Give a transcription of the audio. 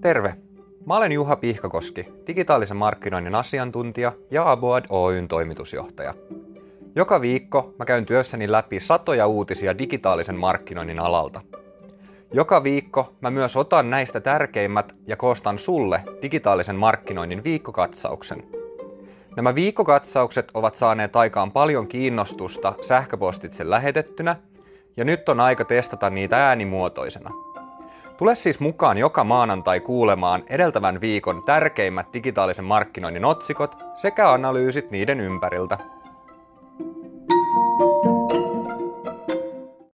Terve! Mä olen Juha Pihkakoski, digitaalisen markkinoinnin asiantuntija ja Aboad Oyn toimitusjohtaja. Joka viikko mä käyn työssäni läpi satoja uutisia digitaalisen markkinoinnin alalta. Joka viikko mä myös otan näistä tärkeimmät ja koostan sulle digitaalisen markkinoinnin viikkokatsauksen. Nämä viikkokatsaukset ovat saaneet aikaan paljon kiinnostusta sähköpostitse lähetettynä, ja nyt on aika testata niitä äänimuotoisena. Tule siis mukaan joka maanantai kuulemaan edeltävän viikon tärkeimmät digitaalisen markkinoinnin otsikot sekä analyysit niiden ympäriltä.